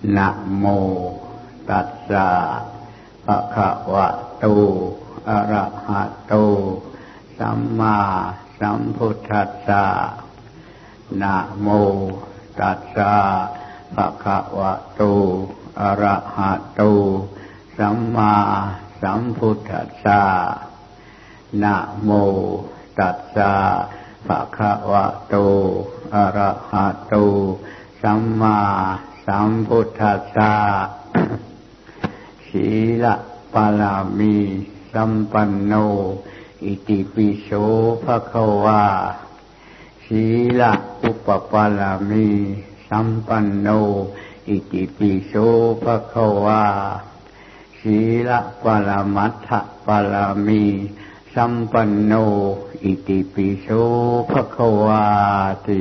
นะโมตัสสะภะคะวะโตอะระหะโตสัมมาสัมพุทธัสสะนะโมตัสสะภะคะวะโตอะระหะโตสัมมาสัมพุทธัสสะนะโมตัสสะภะคะวะโตอะระหะโตสัมมาสัมพุทธัสสะศีลปารามีสัมปันโนอิติปิโสภะคะวาศีลอุปปารามีสัมปันโนอิติปิโสภะคะวาศีลปรมัตถปารามีสัมปันโนอิติปิโสภะคะวาติ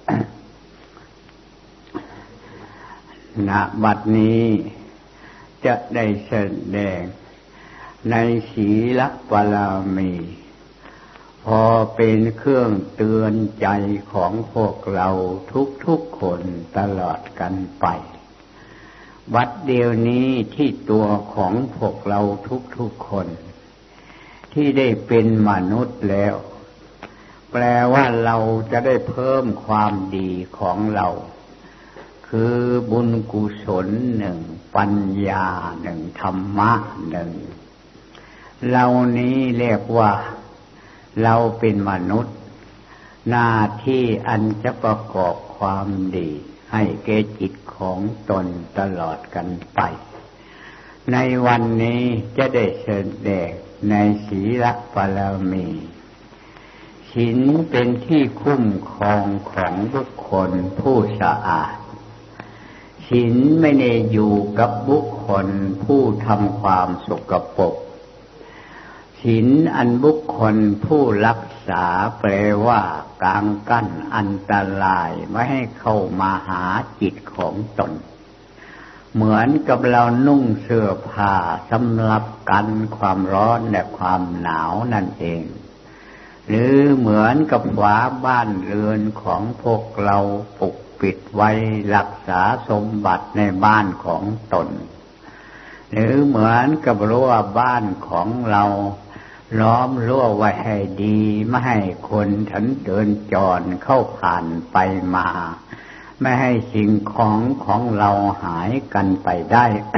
ณบัดนี้จะได้แสดงในศีลปารามีพอเป็นเครื่องเตือนใจของพวกเราทุกๆคนตลอดกันไปบัดเดี๋ยวนี้ที่ตัวของพวกเราทุกๆคนที่ได้เป็นมนุษย์แล้วแปลว่าเราจะได้เพิ่มความดีของเราคือบุญกุศลหนึ่งปัญญาหนึ่งธรรมะหนึ่งเรานี้เรียกว่าเราเป็นมนุษย์หน้าที่อันจะประกอบความดีให้แก่จิตของตนตลอดกันไปในวันนี้จะได้แสดงในศีลปารามีศีลเป็นที่คุ้มครองของบุคคลผู้สะอาดศีลไม่ได้อยู่กับบุคคลผู้ทำความสกปรกศีลอันบุคคลผู้รักษาแปลว่ากางกั้นอันตรายไม่ให้เข้ามาหาจิตของตนเหมือนกับเรานุ่งเสื้อผ้าสำหรับกันความร้อนและความหนาวนั่นเองหรือเหมือนกับฝาบ้านเรือนของพวกเราปกปิดไว้รักษาสมบัติในบ้านของตนหรือเหมือนกับรั้วบ้านของเราล้อมรั้วไว้ให้ดีไม่ให้คนสัญจรจรเข้าผ่านไปมาไม่ให้สิ่งของเราหายกันไปได้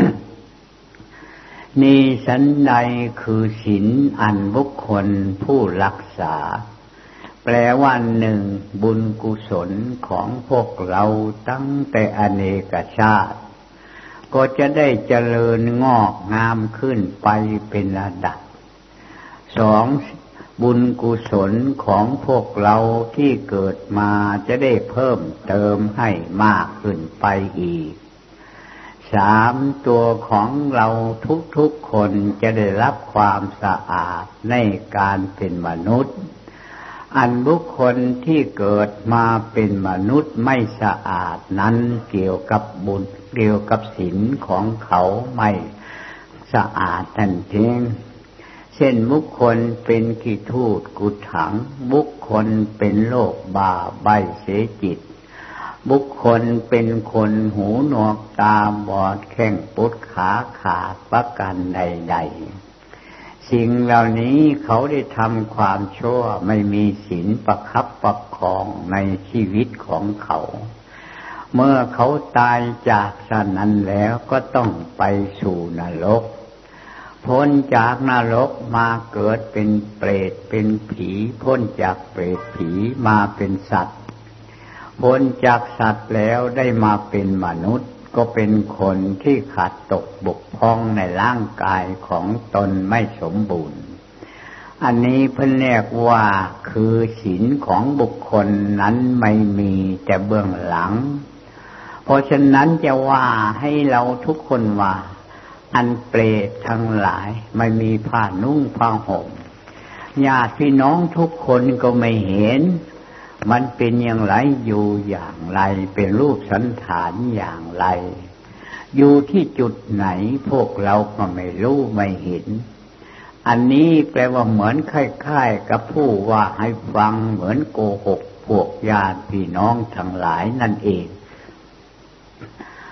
นี่ฉันใดคือศีลอันบุคคลผู้รักษาแปลว่าหนึ่งบุญกุศลของพวกเราตั้งแต่อเนกชาติก็จะได้เจริญงอกงามขึ้นไปเป็นระดับสองบุญกุศลของพวกเราที่เกิดมาจะได้เพิ่มเติมให้มากขึ้นไปอีกสามตัวของเราทุกๆคนจะได้รับความสะอาดในการเป็นมนุษย์อันบุคคลที่เกิดมาเป็นมนุษย์ไม่สะอาดนั้นเกี่ยวกับบุญเกี่ยวกับศีลของเขาไม่สะอาดนั่นเองเช่นบุคคลเป็นขี้ทูตกุถังบุคคลเป็นโรคบ้าใบเสียจิตบุคคลเป็นคนหูหนวกตาบอดแข้งปุดขาขาดประการใดๆสิ่งเหล่านี้เขาได้ทำความชั่วไม่มีศีลประคับประคองในชีวิตของเขาเมื่อเขาตายจากสนั้นแล้วก็ต้องไปสู่นรกพ้นจากนรกมาเกิดเป็นเปรตเป็นผีพ้นจากเปรตผีมาเป็นสัตว์พ้นจากสัตว์แล้วได้มาเป็นมนุษย์ก็เป็นคนที่ขาดตกบกพร่องในร่างกายของตนไม่สมบูรณ์อันนี้เพิ่นเรียกว่าคือศีลของบุคคลนั้นไม่มีแต่เบื้องหลังเพราะฉะนั้นจะว่าให้เราทุกคนว่าอันเปรตทั้งหลายไม่มีผ้านุ่งผ้าห่มญาติพี่น้องทุกคนก็ไม่เห็นมันเป็นอย่างไรอยู่อย่างไรเป็นรูปสันฐานอย่างไรอยู่ที่จุดไหนพวกเราก็ไม่รู้ไม่เห็นอันนี้แปลว่าเหมือนคล้ายๆกับผู้ว่าให้ฟังเหมือนโกหกพวกญาติพี่น้องทั้งหลายนั่นเอง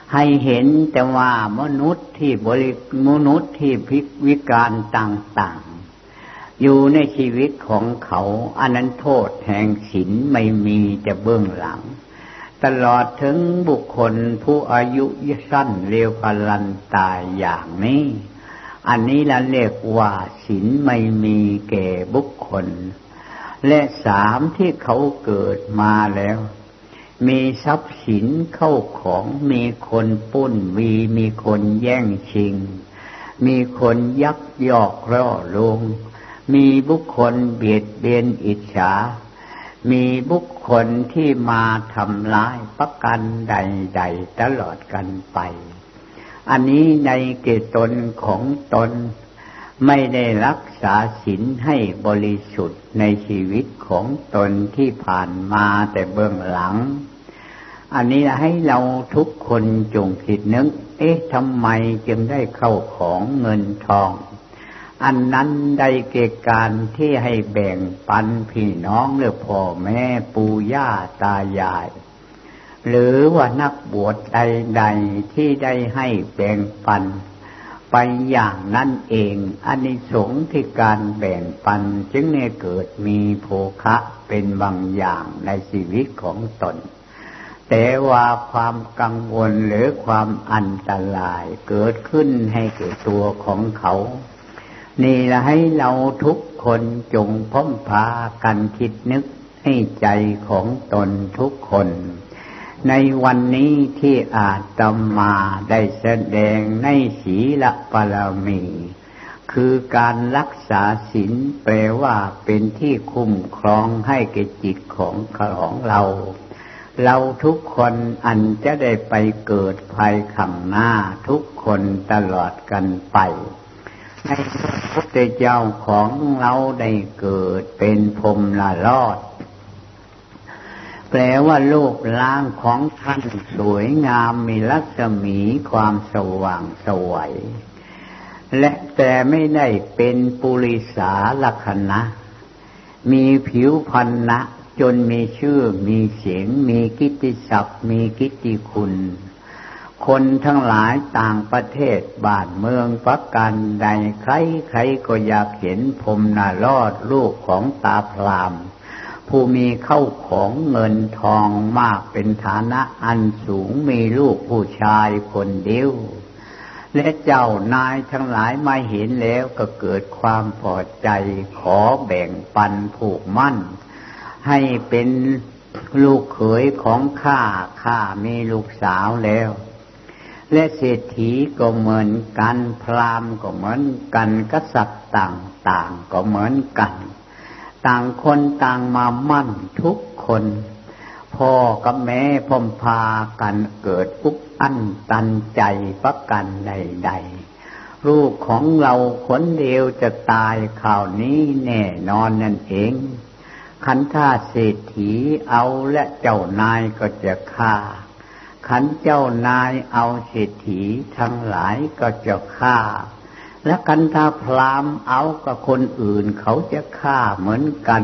ให้เห็นแต่ว่ามนุษย์ที่วิการต่างๆอยู่ในชีวิตของเขาอันนั้นโทษแห่งศีลไม่มีแต่เบื้องหลังตลอดถึงบุคคลผู้อายุสั้นเร็วพลันตายอย่างนี้อันนี้เราเรียกว่าศีลไม่มีแก่บุคคลและสามที่เขาเกิดมาแล้วมีทรัพย์สินเข้าของมีคนปล้นมีคนแย่งชิงมีคนยักยอกล่อลวงมีบุคคลเบียดเบียนอิจฉามีบุคคลที่มาทำร้ายประกันใดๆตลอดกันไปอันนี้ในเกตนของตนไม่ได้รักษาศีลให้บริสุทธิ์ในชีวิตของตนที่ผ่านมาแต่เบื้องหลังอันนี้ให้เราทุกคนจงคิดนึกทำไมจึงได้เข้าของเงินทองอันนั้นได้เกิดการที่ให้แบ่งปันพี่น้องหรือพ่อแม่ปู่ย่าตายายหรือว่านักบวชใดๆที่ได้ให้แบ่งปันไปอย่างนั้นเองอานิสงส์ที่การแบ่งปันจึงได้เกิดมีโภคะเป็นบางอย่างในชีวิตของตนแต่ว่าความกังวลหรือความอันตรายเกิดขึ้นให้แก่ตัวของเขานี่ละให้เราทุกคนจงพร้อมพากันคิดนึกให้ใจของตนทุกคนในวันนี้ที่อาตมาได้แสดงในศีลบารมีคือการรักษาศีลแปลว่าเป็นที่คุ้มครองให้แก่จิตของเราทุกคนอันจะได้ไปเกิดภายข้างหน้าทุกคนตลอดกันไปในพระพุทธเจ้าของเราได้เกิดเป็นพรหมลอดแปลว่ารูปร่างของท่านสวยงามมีรัศมีความสว่างไสวและแต่ไม่ได้เป็นปุริสาลักขณะมีผิวพรรณะจนมีชื่อมีเสียงมีกิตติศัพท์มีกิตติคุณคนทั้งหลายต่างประเทศบ้านเมืองประการใดใครก็อยากเห็นพรหมลอดลูกของตาพราหมณ์ผู้มีเข้าของเงินทองมากเป็นฐานะอันสูงมีลูกผู้ชายคนเดียวและเจ้านายทั้งหลายมาเห็นแล้วก็เกิดความพอใจขอแบ่งปันผูกมั่นให้เป็นลูกเขยของข้ามีลูกสาวแล้วและเศรษฐีก็เหมือนกันพราหมณ์ก็เหมือนกันกษัตริย์ต่างก็เหมือนกันต่างคนต่างมามั่นทุกคนพ่อกับแม่พมพากันเกิดอุกอั้นตันใจประกันใดๆลูกของเราคนเดียวจะตายข่าวนี้แน่นอนนั่นเองขันท่าเศรษฐีเอาและเจ้านายก็จะฆ่าขันเจ้านายเอาเศรษฐีทั้งหลายก็จะฆ่าและกันถ้าพราหมณ์เอากับคนอื่นเขาจะฆ่าเหมือนกัน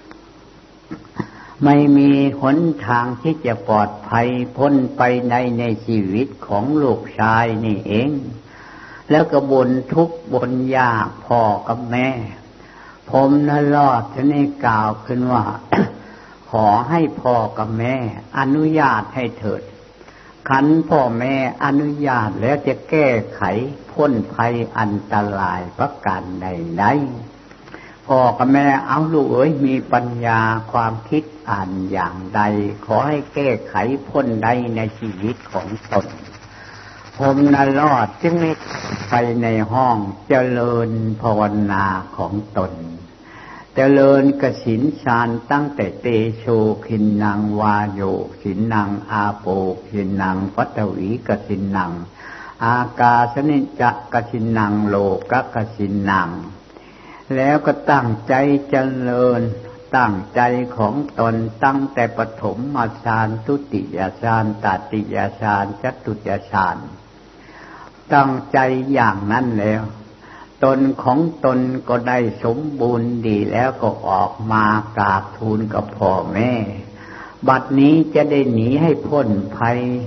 ไม่มีหนทางที่จะปลอดภัยพ้นไปในชีวิตของลูกชายนี่เองแล้วก็บ่นทุกข์บ่นยากพ่อกับแม่ผมน่ะรอดจะได้กล่าวขึ้นว่า ขอให้พ่อกับแม่อนุญาตให้เถิดขันพ่อแม่อนุญาตแล้วจะแก้ไขพ้นภัยอันตรายประการใดๆพ่อกับแม่เอาลูกมีปัญญาความคิดอ่านอย่างใดขอให้แก้ไขพ้นได้ในชีวิตของตนผมน่ะรอดจึงไม่ไปในห้องเจริญภาวนาของตนเจริญกสินฌานตั้งแต่เตโชขินนังวาโยขินนังอาโปขินนังปัตวิกสินนังอากาสนิจักกสินนังโลกกสินนังแล้วก็ตั้งใจเจริญตั้งใจของตนตั้งแต่ปฐมฌานทุติยฌานตติยฌานจตุตยฌานตั้งใจอย่างนั้นแล้วตนของตนก็ได้สมบูรณ์ดีแล้วก็ออกมากราบทูลกับพ่อแม่บัดนี้จะได้หนีให้พ้นภัย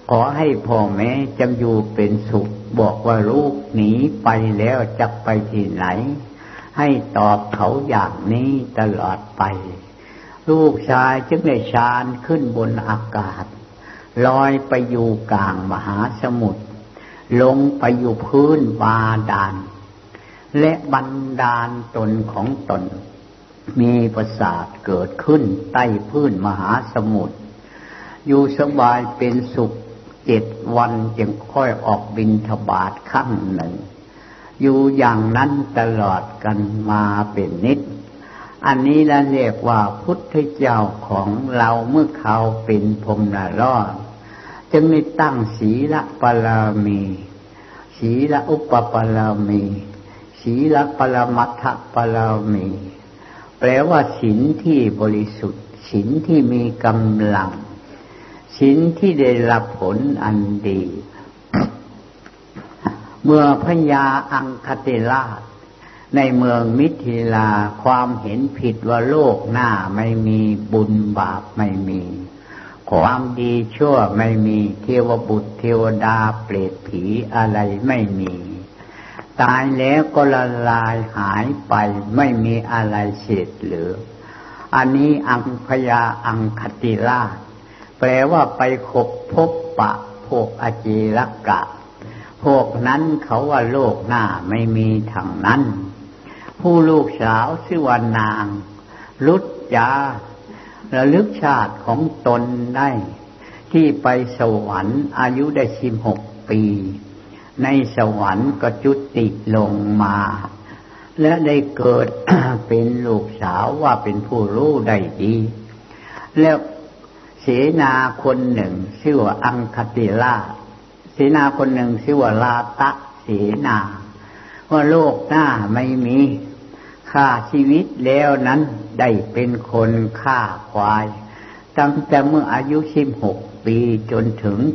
ขอให้พ่อแม่จงอยู่เป็นสุขบอกว่าลูกหนีไปแล้วจะไปที่ไหนให้ตอบเขาอย่างนี้ตลอดไปลูกชายจึงได้ชาญขึ้นบนอากาศลอยไปอยู่กลางมหาสมุทรลงไปอยู่พื้นบาดาลและบันดาลตนของตนมีประสาทเกิดขึ้นใต้พื้นมหาสมุทรอยู่สบายเป็นสุข7 วันจึงค่อยออกบิณฑบาตครั้งหนึ่งอยู่อย่างนั้นตลอดกันมาเป็นนิจอันนี้เราเรียกว่าพุทธเจ้าของเราเมื่อเขาเป็นพรหมนรกจึงได้ตั้งศีลปารามีศีลอุปปารามีศีลปรมัตถปารามีแปลว่าศีลที่บริสุทธิ์ศีลที่มีกำลังศีลที่ได้รับผลอันดี เมื่อพญาอังคติราชในเมืองมิถิลาความเห็นผิดว่าโลกหน้าไม่มีบุญบาปไม่มีความดีชั่วไม่มีเทวบุตรเทวดาเปรตผีอะไรไม่มีตายแล้วก็ละลายหายไปไม่มีอะไรเศษเหลืออันนี้พญาอังคติราชแปลว่าไปพบปะพวกอจีรกะพวกนั้นเขาว่าโลกหน้าไม่มีทางนั้นผู้ลูกสาวชื่อว่านางรุจยาระลึกชาติของตนได้ที่ไปสวรรค์อายุได้16 ปีในสวรรค์ก็จุติลงมาและได้เกิด เป็นลูกสาวว่าเป็นผู้รู้ได้ดีแล้วเสนาคนหนึ่งชื่อว่าอังคติราชเสนาคนหนึ่งชื่อว่าลาตะเสนาว่าโลกหน้าไม่มีฆ่าชีวิตแล้วนั้นได้เป็นคนฆ่าควายตั้งแต่เมื่ออายุ16 ปีจนถึง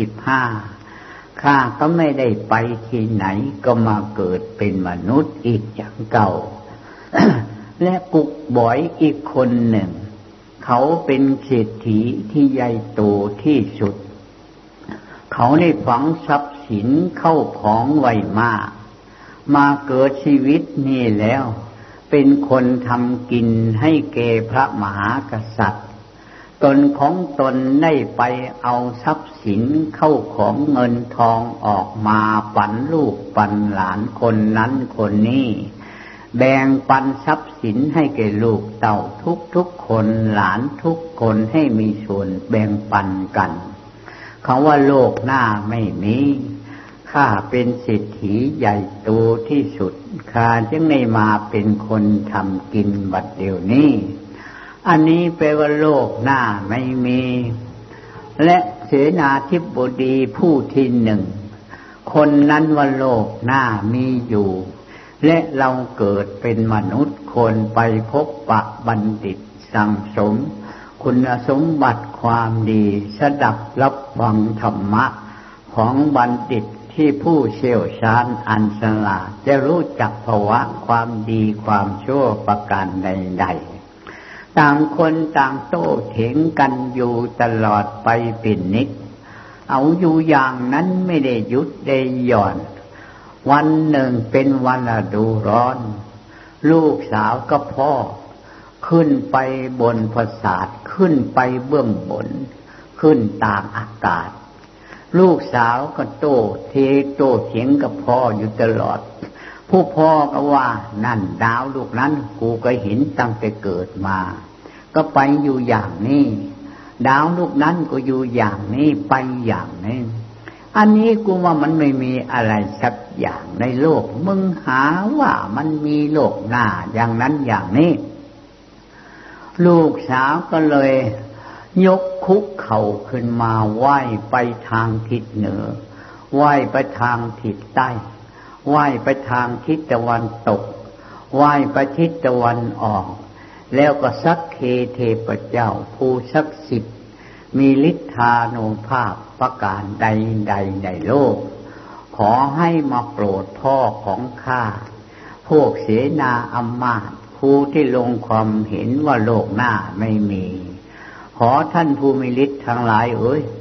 75ข้าก็ไม่ได้ไปที่ไหนก็มาเกิดเป็นมนุษย์อีกอย่างเก่า และกุกบ่อยอีกคนหนึ่งเขาเป็นเศรษฐีที่ใหญ่โตที่สุดเขาได้ฝังทรัพย์สินเข้าของไว้มากมาเกิดชีวิตนี่แล้วเป็นคนทำกินให้แก่พระมหากษัตริย์ตนของตนได้ไปเอาทรัพย์สินเข้าของเงินทองออกมาปันลูกปันหลานคนนั้นคนนี้แบ่งปันทรัพย์สินให้แก่ลูกเต่าทุกคนหลานทุกคนให้มีส่วนแบ่งปันกันเขาว่าโลกหน้าไม่มีข้าเป็นเศรษฐีใหญ่โตที่สุดข้าจึงได้มาเป็นคนทำกินบัดเดี๋ยวนี้อันนี้แปลว่าโลกหน้าไม่มีและเสนาธิบดีผู้ที่หนึ่งคนนั้นว่าโลกหน้ามีอยู่และเราเกิดเป็นมนุษย์คนไปพบปะบัณฑิตสั่งสมคุณสมบัติความดีสดับรับฟังธรรมะของบัณฑิตที่ผู้เชี่ยวชาญอันฉลาดจะรู้จักภาวะความดีความชั่วประการใดๆต่างคนต่างโต้เถียงกันอยู่ตลอดไปเป็นนิจเอาอยู่อย่างนั้นไม่ได้หยุดได้หย่อนวันหนึ่งเป็นวันฤดูร้อนลูกสาวกับพ่อขึ้นไปบนปราสาทขึ้นไปเบื้องบนขึ้นตามอากาศลูกสาวก็โต้เถียงกับพ่ออยู่ตลอดผู้พ่อก็ว่านั่นดาวลูกนั้นกูก็เห็นตั้งแต่เกิดมาก็ไปอยู่อย่างนี้ดาวลูกนั้นก็อยู่อย่างนี้ไปอย่างนี้อันนี้กูว่ามันไม่มีอะไรสักอย่างในโลกมึงหาว่ามันมีโลกหน้าอย่างนั้นอย่างนี้ลูกสาวก็เลยยกคุกเข่าขึ้นมาไหว้ไปทางทิศเหนือไหว้ไปทางทิศใต้ไหว้ไปทางทิศตะวันตกไหว้ไปทิศตะวันออกแล้วก็สักเคเทพเจ้าผู้ศักดิ์สิทธิ์มีฤทธานุภาพประการใดในโลกขอให้มาโปรดพ่อของข้าพวกเสนาอำมาตย์ผู้ที่ลงความเห็นว่าโลกหน้าไม่มีขอท่านผู้มีฤทธิ์ทั้งหลาย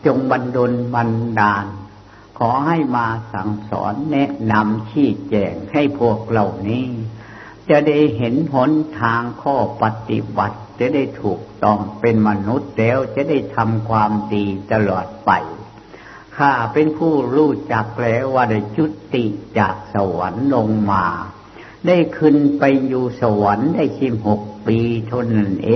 จงบันดลบันดาลขอให้มาสั่งสอนแนะนำชี้แจงให้พวกเหล่านี้จะได้เห็นหนทางข้อปฏิบัติจะได้ถูกต้องเป็นมนุษย์แล้วจะได้ทำความดีตลอดไปข้าเป็นผู้รู้จักแล้วว่าได้จุติจากสวรรค์ลงมาได้ขึ้นไปอยู่สวรรค์ได้16 ปีเท่านั้นเอง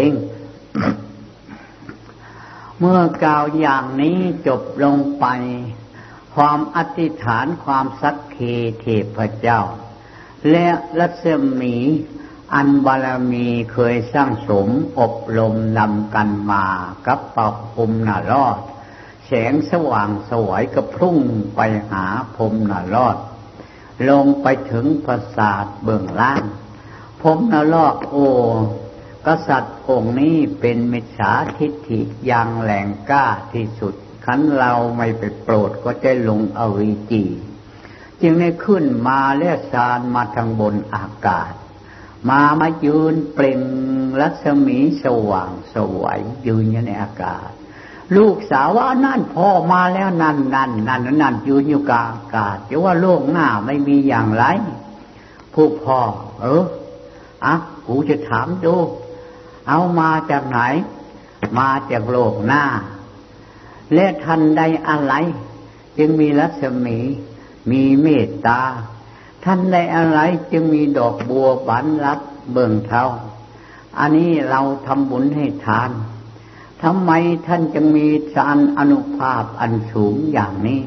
เมื่อกล่าวอย่างนี้จบลงไปความอธิษฐานความสักเคเทพเจ้าและรัศมีอันบารมีเคยสร้างสมอบรมนำกันมากับปกภูมินรอดแสงสว่างสวยกระพุ่งไปหาพรหมนรอดลงไปถึงปราสาทเบื้องล่างพรหมนรอดโอกษัตริย์องค์นี้เป็นมิจฉาทิฏฐิอย่างแรงกล้าที่สุดขันเราไม่ไปโปรดก็จะลงอเวจีจึงได้ขึ้นมาและสานมาทางบนอากาศมายืนเปล่งรัศมีสว่างสวยยืนอยู่ในอากาศลูกสาวว่านั่นพ่อมาแล้วนั่นยืนอยู่กลางอากาศจะว่าโลกหน้าไม่มีอย่างไรผู้พ่อกูจะถามดูเอามาจากไหนมาจากโลกหน้าและทันใดอะไรจึงมีรัศมีมีเมตตาท่านได้อะไรจึงมีดอกบัวบานรับเบื้องเท้าอันนี้เราทำบุญให้ทานทำไมท่านจึงมีฌานอานุภาพอันสูงอย่างนี้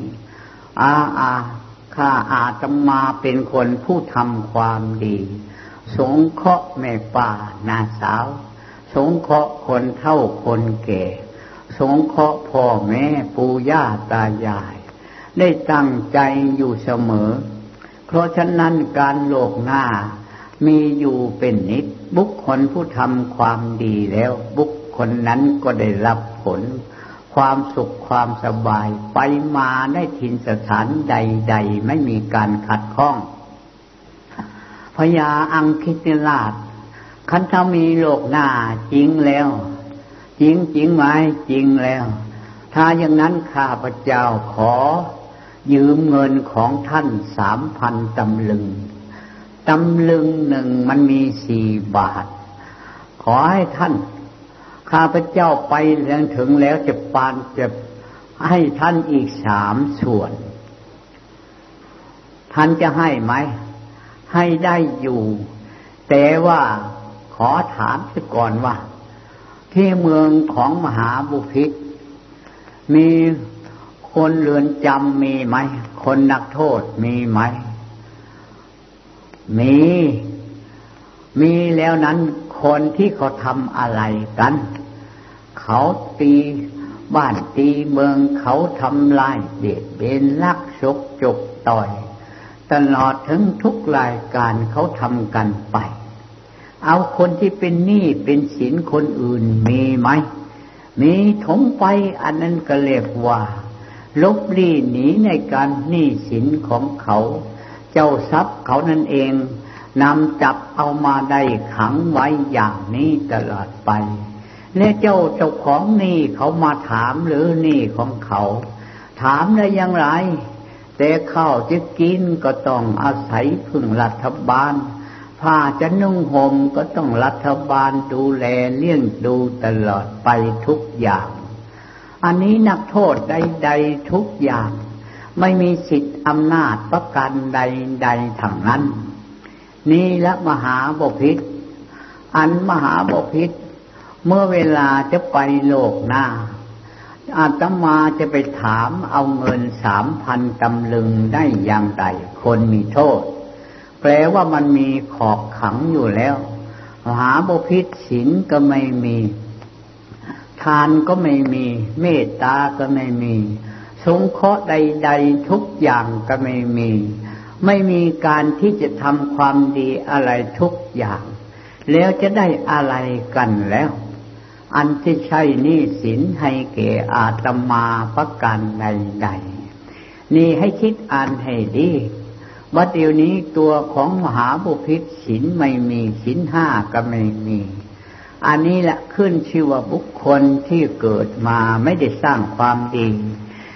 ข้าอาตมาเป็นคนผู้ทำความดีสงเคราะห์แม่ป่าน้าสาวสงเคราะห์คนเฒ่าคนแก่สงเคราะห์พ่อแม่ปู่ย่าตายายได้ตั้งใจอยู่เสมอเพราะฉะนั้นการโลกหน้ามีอยู่เป็นนิจบุคคลผู้ทำความดีแล้วบุคคลนั้นก็ได้รับผลความสุขความสบายไปมาได้ถิ่นสถานใดๆไม่มีการขัดข้องพญาอังคิติราชคันถ้ามีโลกหน้าจริงแล้วจริงไหมจริงแล้วถ้าอย่างนั้นข้าพเจ้าขอยืมเงินของท่าน 3,000 ตำลึงหนึ่งมันมี4 บาทขอให้ท่านข้าพเจ้าไปถึงแล้วจะให้ท่านอีก3 ส่วนท่านจะให้ไหมให้ได้อยู่แต่ว่าขอถามซะก่อนว่าที่เมืองของมหาบุพิตรมีคนเรือนจำมีไหมคนนักโทษมีไหมมีแล้วนั้นคนที่เขาทำอะไรกันเขาตีบ้านตีเมืองเขาทำลายเบียดเบียนลักฉกจกต่อยตลอดถึงทุกรายการเขาทำกันไปเอาคนที่เป็นหนี้เป็นสินคนอื่นมีไหมมีถมไปอันนั้นก็เรียกว่าลบลี้หนีในการหนี้สินของเขาเจ้าทรัพย์เขานั่นเองนำจับเอามาได้ขังไว้อย่างนี้ตลอดไปและเจ้าของหนี้เขามาถามหรือหนี้ของเขาถามได้อย่างไรแต่ข้าวจะกินก็ต้องอาศัยพึ่งรัฐบาลผ้าจะนุ่งห่มก็ต้องรัฐบาลดูแลเลี้ยงดูตลอดไปทุกอย่างอันนี้นักโทษใดๆทุกอย่างไม่มีสิทธิอำนาจประกันใดๆทั้งนั้นนี่ละมหาบพิตรอันมหาบพิตรเมื่อเวลาจะไปโลกหน้าอาตมาจะไปถามเอาเงิน 3,000 ตำลึงได้อย่างไรคนมีโทษแปลว่ามันมีขอบขังอยู่แล้วมหาบพิตรศีลก็ไม่มีทานก็ไม่มีเมตตาก็ไม่มีสงเคราะห์ใดๆทุกอย่างก็ไม่มีการที่จะทำความดีอะไรทุกอย่างแล้วจะได้อะไรกันแล้วอันที่ใช่หนี้สินให้แก่อาตมาประการใดๆนี่ให้คิดอ่านให้ดีว่าเดี๋ยวนี้ตัวของมหาบุพิตรศีลไม่มีศีล5ก็ไม่มีอันนี้แหละขึ้นชื่อว่าบุคคลที่เกิดมาไม่ได้สร้างความดี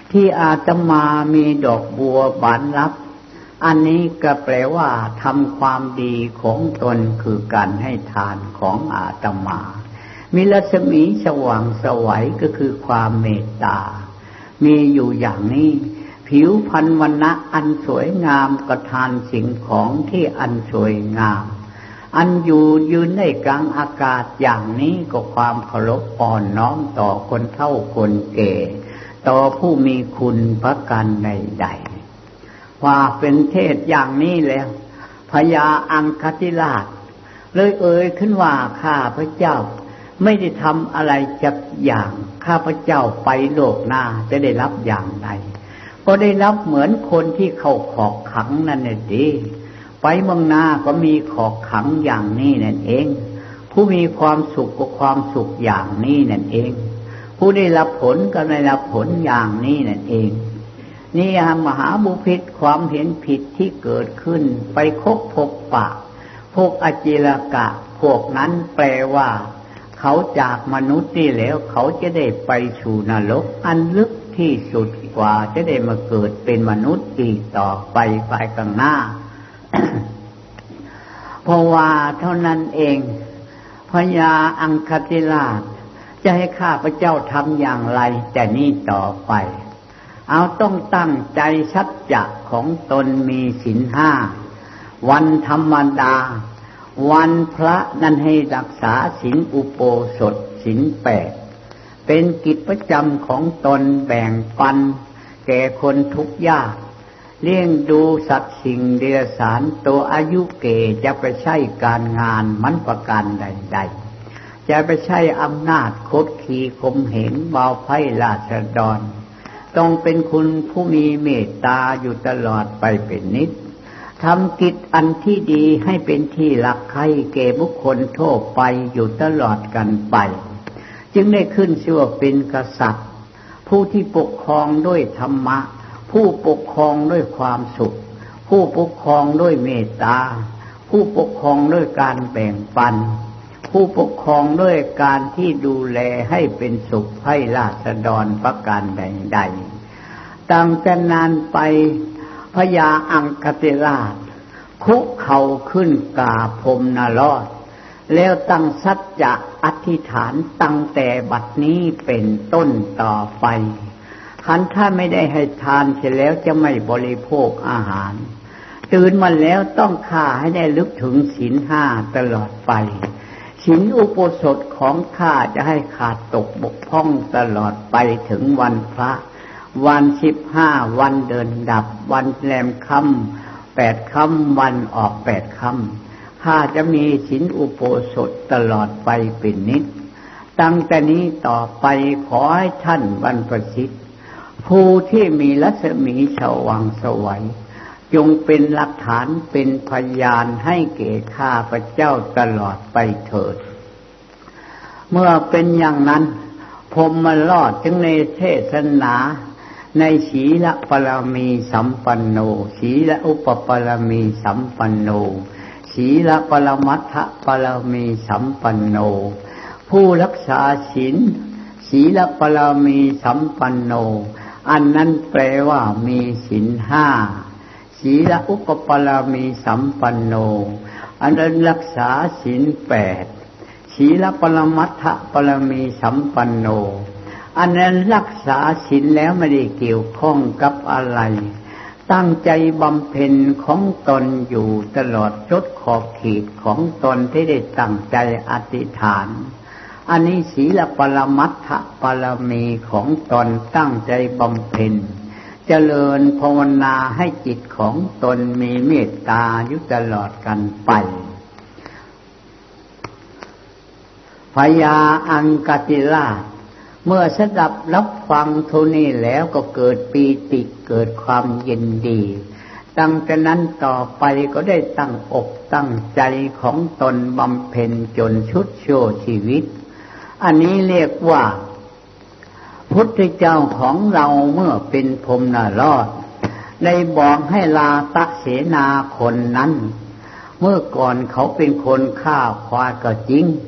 ที่อาตมามีดอกบัวบานรับอันนี้ก็แปลว่าทำความดีของตนคือการให้ทานของอาตมามีรัศมีสว่างไสวก็คือความเมตตามีอยู่อย่างนี้ผิวพรรณวรรณะอันสวยงามก็ทานสิ่งของที่อันสวยงามอันอยู่ยืนในกลางอากาศอย่างนี้ก็ความเคารพอ่อนน้อมต่อคนเฒ่าคนแก่ต่อผู้มีคุณประการใดๆว่าเป็นเทศอย่างนี้แล้วพญาอังคติราชเลยขึ้นว่าข้าพเจ้าไม่ได้ทำอะไรจักอย่างข้าพเจ้าไปโลกหน้าจะได้รับอย่างใดก็ได้รับเหมือนคนที่เข้าขอกขังนั่นแหละดีไปเมืองหน้าก็มีขอกขังอย่างนี้นั่นเองผู้มีความสุขก็ความสุขอย่างนี้นั่นเองผู้ได้รับผลก็ได้รับผลอย่างนี้นั่นเองนี่มหาบุพิตรความเห็นผิดที่เกิดขึ้นไปคบพบปะพวกอจิรกะพวกนั้นแปลว่าเขาจากมนุษย์นี่แล้วเขาจะได้ไปสู่นรกอันลึกที่สุดกว่าจะได้มาเกิดเป็นมนุษย์อีกต่อไปข้างหน้า เพราะว่าเท่านั้นเองพญาอังคติราชจะให้ข้าพเจ้าทำอย่างไรแต่นี่ต่อไปเอาต้องตั้งใจสัจจะของตนมีศีล5วันธรรมดาวันพระนั้นให้รักษาศีลอุโบสถศีล8เป็นกิจประจำของตนแบ่งปันแก่คนทุกข์ยากเลี้ยงดูสัตว์สิ่งเดรัจฉานตัวอายุเก่จะไปใช้การงานมันประการใดๆจะไปใช้อำนาจคดขี่ข่มเหงเบาไพ่ราษฎรต้องเป็นคุณผู้มีเมตตาอยู่ตลอดไปเป็นนิจทำกิจอันที่ดีให้เป็นที่รักใคร่แก่บุคคลทั่วไปอยู่ตลอดกันไปจึงได้ขึ้นชื่อว่าเป็นกษัตริย์ผู้ที่ปกครองด้วยธรรมะผู้ปกครองด้วยความสุขผู้ปกครองด้วยเมตตาผู้ปกครองด้วยการแบ่งปันผู้ปกครองด้วยการที่ดูแลให้เป็นสุขให้ราษฎรประการใดๆตั้งแต่นานไปพญาอังคติราชคุกเข่าขึ้นกราบพรหมนรสแล้วตั้งสัจจะอธิษฐานตั้งแต่บัดนี้เป็นต้นต่อไปขันถ้าไม่ได้ให้ทานเสร็จแล้วจะไม่บริโภคอาหารตื่นมาแล้วต้องฆ่าให้ได้ลึกถึงศีล5ตลอดไปศีลอุโบสถของข้าจะให้ขาดตกบกพร่องตลอดไปถึงวันพระวัน15วันเดินดับวันแรมค่ำ8ค่ำวันออก8ค่ำข้าจะมีศีลอุโบสถตลอดไปเป็นนิจตั้งแต่นี้ต่อไปขอให้ท่านบรรพชิตผู้ที่มีรัศมีสว่างไสวจงเป็นหลักฐานเป็นพยานให้แก่ข้าพเจ้าตลอดไปเถิดเมื่อเป็นอย่างนั้นพรหมรอดจึงในเทศนาในศีลปรมีสัมปันโนศีลอุปปรมีสัมปันโนศีลปรมัตถปรมีสัมปันโนผู้รักษาศีลศีลปรมีสัมปันโนอันนั้นแปลว่ามีศีล5ศีลอุปปรมีสัมปันโนอันนั้นรักษาศีล8ศีลปรมัตถปรมีสัมปันโนอันนั้นรักษาศีลแล้วไม่ได้เกี่ยวข้องกับอะไรตั้งใจบำเพ็ญของตนอยู่ตลอดจดขอบเขตของตนที่ได้ตั้งใจอธิษฐานอันนี้ศีลปรมัตถปรมีของตนตั้งใจบำเพ็ญเจริญภาวนาให้จิตของตนมีเมตตาอยู่ตลอดกันไปพญาอังคติราชเมื่อสดับรับฟังเท่านี้แล้วก็เกิดปีติเกิดความยินดีตั้งแต่นั้นต่อไปก็ได้ตั้งอกตั้งใจของตนบำเพ็ญจนชุดโชชีวิตอันนี้เรียกว่าพุทธเจ้าของเราเมื่อเป็นพรหมนรสได้บอกให้ลาตเสนาคนนั้นเมื่อก่อนเขาเป็นคนฆ่าควายก็จริง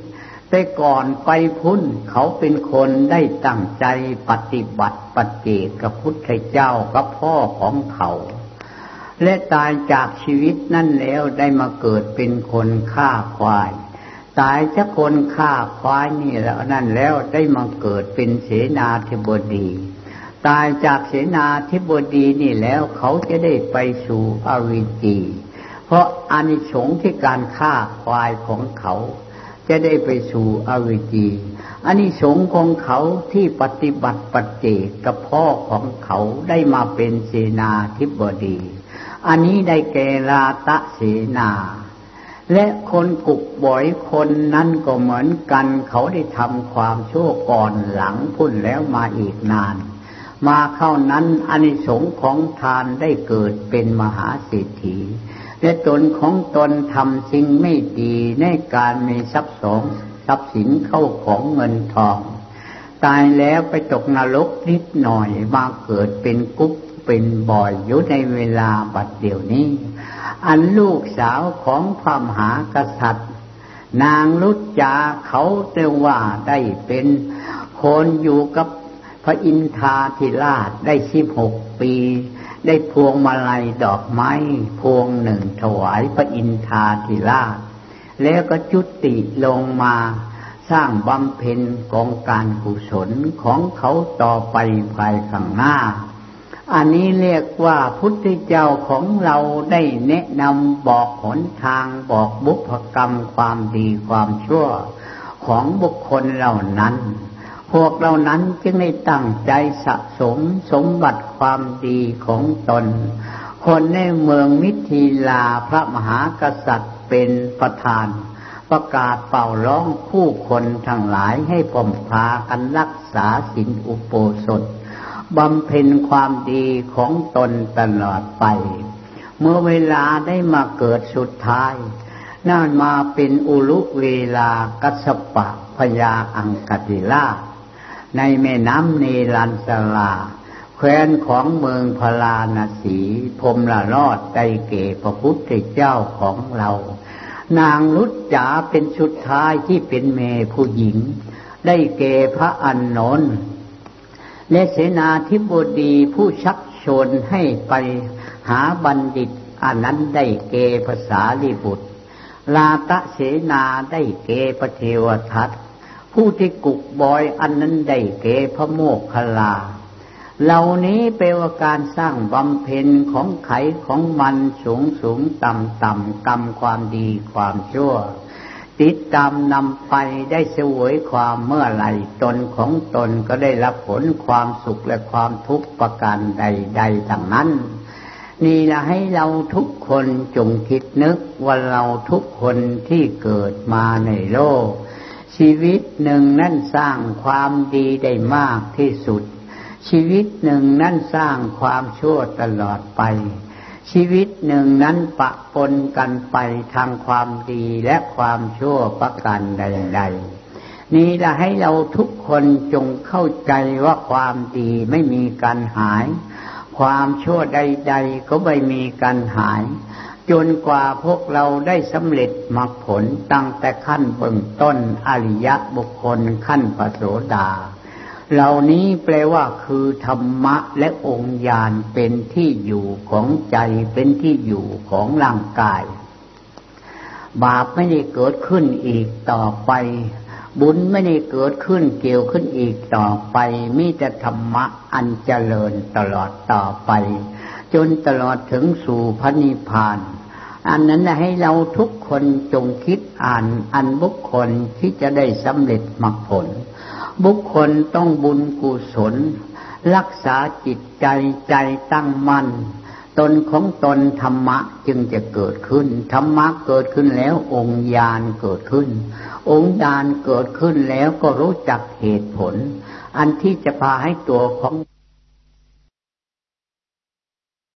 แต่ก่อนไปพุ่นเขาเป็นคนได้ตั้งใจปฏิบัติปัจเจกกับพุทธเจ้ากับพ่อของเขาและตายจากชีวิตนั่นแล้วได้มาเกิดเป็นคนฆ่าควายตายจากคนฆ่าควายนี่แล้วนั่นแล้วได้มาเกิดเป็นเสนาธิบดีตายจากเสนาธิบดีนี่แล้วเขาจะได้ไปสู่อวิจีเพราะอานิสงส์ที่การฆ่าควายของเขาจะได้ไปสู่อวิจีอานิสงส์ของเขาที่ปฏิบัติปัจเจกกับพ่อของเขาได้มาเป็นเสนาธิบดีอันนี้ได้แก่ราตะเสนาและคนกุกบ่อยคนนั้นก็เหมือนกันเขาได้ทำความชั่วก่อนหลังพุ่นแล้วมาอีกนานมาเข้านั้นอานิสงส์ของทานได้เกิดเป็นมหาเศรษฐีและตนของตนทำสิ่งไม่ดีในการมีทรัพย์สินเข้าของเงินทองตายแล้วไปตกนรกนิดหน่อยมาเกิดเป็นกุ๊กเป็นบ่อยอยู่ในเวลาบัดเดี๋ยวนี้อันลูกสาวของพระมหากษัตริย์นางรุจจาเขาเรียกว่าได้เป็นคนอยู่กับพระอินทราธิราชได้16 ปีได้พวงมาลัยดอกไม้พวงหนึ่งถวายพระอินทราธิราชแล้วก็จุติลงมาสร้างบำเพ็ญกองการกุศลของเขาต่อไปภายข้างหน้าอันนี้เรียกว่าพุทธเจ้าของเราได้แนะนำบอกหนทางบอกบุพกรรมความดีความชั่วของบุคคลเหล่านั้นพวกเหล่านั้นจึงได้ตั้งใจสะสมสมบัติความดีของตนคนในเมืองมิถิลาพระมหากษัตริย์เป็นประธานประกาศเป่าร้องผู้คนทั้งหลายให้พมพากันรักษาศีลอุโบสถบำเพ็ญความดีของตนตลอดไปเมื่อเวลาได้มาเกิดสุดท้ายนั่นมาเป็นอุลุเวลากัสสปะพญาอังคติราชในแม่น้ำเนรัญชลาแคว้นของเมืองพาราณสีพรหมละรอดได้เก่พระพุทธเจ้าของเรานางรุจจาเป็นสุดท้ายที่เป็นเมผู้หญิงได้เก่พระอานนท์และเสนาธิบดีผู้ชักชวนให้ไปหาบัณฑิตอันนั้นได้เก่ภาษาลิบุตรลาตะเสนาได้เก่พระเทวทัตผู้ที่กุกบอยอันนั้นได้เก่พระโมคคัลลาเหล่านี้เป็นว่าการสร้างบำเพ็ญของไขของมันสูงต่ำกรรมความดีความชั่วติดตามนำไปได้เสวยความเมื่อไหร่ตนของตนก็ได้รับผลความสุขและความทุกข์ประการใดๆทั้งนั้นนี่ละให้เราทุกคนจงคิดนึกว่าเราทุกคนที่เกิดมาในโลกชีวิตหนึ่งนั้นสร้างความดีได้มากที่สุดชีวิตหนึ่งนั้นสร้างความชั่วตลอดไปชีวิตหนึ่งนั้นปะปนกันไปทางความดีและความชั่วประการใดๆนี่ละให้เราทุกคนจงเข้าใจว่าความดีไม่มีการหายความชั่วใดๆก็ไม่มีการหายจนกว่าพวกเราได้สำเร็จมรรคผลตั้งแต่ขั้นเบื้องต้นอริยบุคคลขั้นพระโสดาเหล่านี้แปลว่าคือธรรมะและองค์ญาณเป็นที่อยู่ของใจเป็นที่อยู่ของร่างกายบาปไม่ได้เกิดขึ้นอีกต่อไปบุญไม่ได้เกิดขึ้นเกี่ยวขึ้นอีกต่อไปมีแต่ธรรมะอันเจริญตลอดต่อไปจนตลอดถึงสู่พระนิพพานอันนั้นให้เราทุกคนจงคิดอ่านอันบุคคลที่จะได้สำเร็จมรรคผลบุคคลต้องบุญกุศลรักษาจิตใจตั้งมั่นตนของตนธรรมะจึงจะเกิดขึ้นธรรมะเกิดขึ้นแล้วองค์ญาณเกิดขึ้นองค์ญาณเกิดขึ้นแล้วก็รู้จักเหตุผลอันที่จะพาให้ตัวของ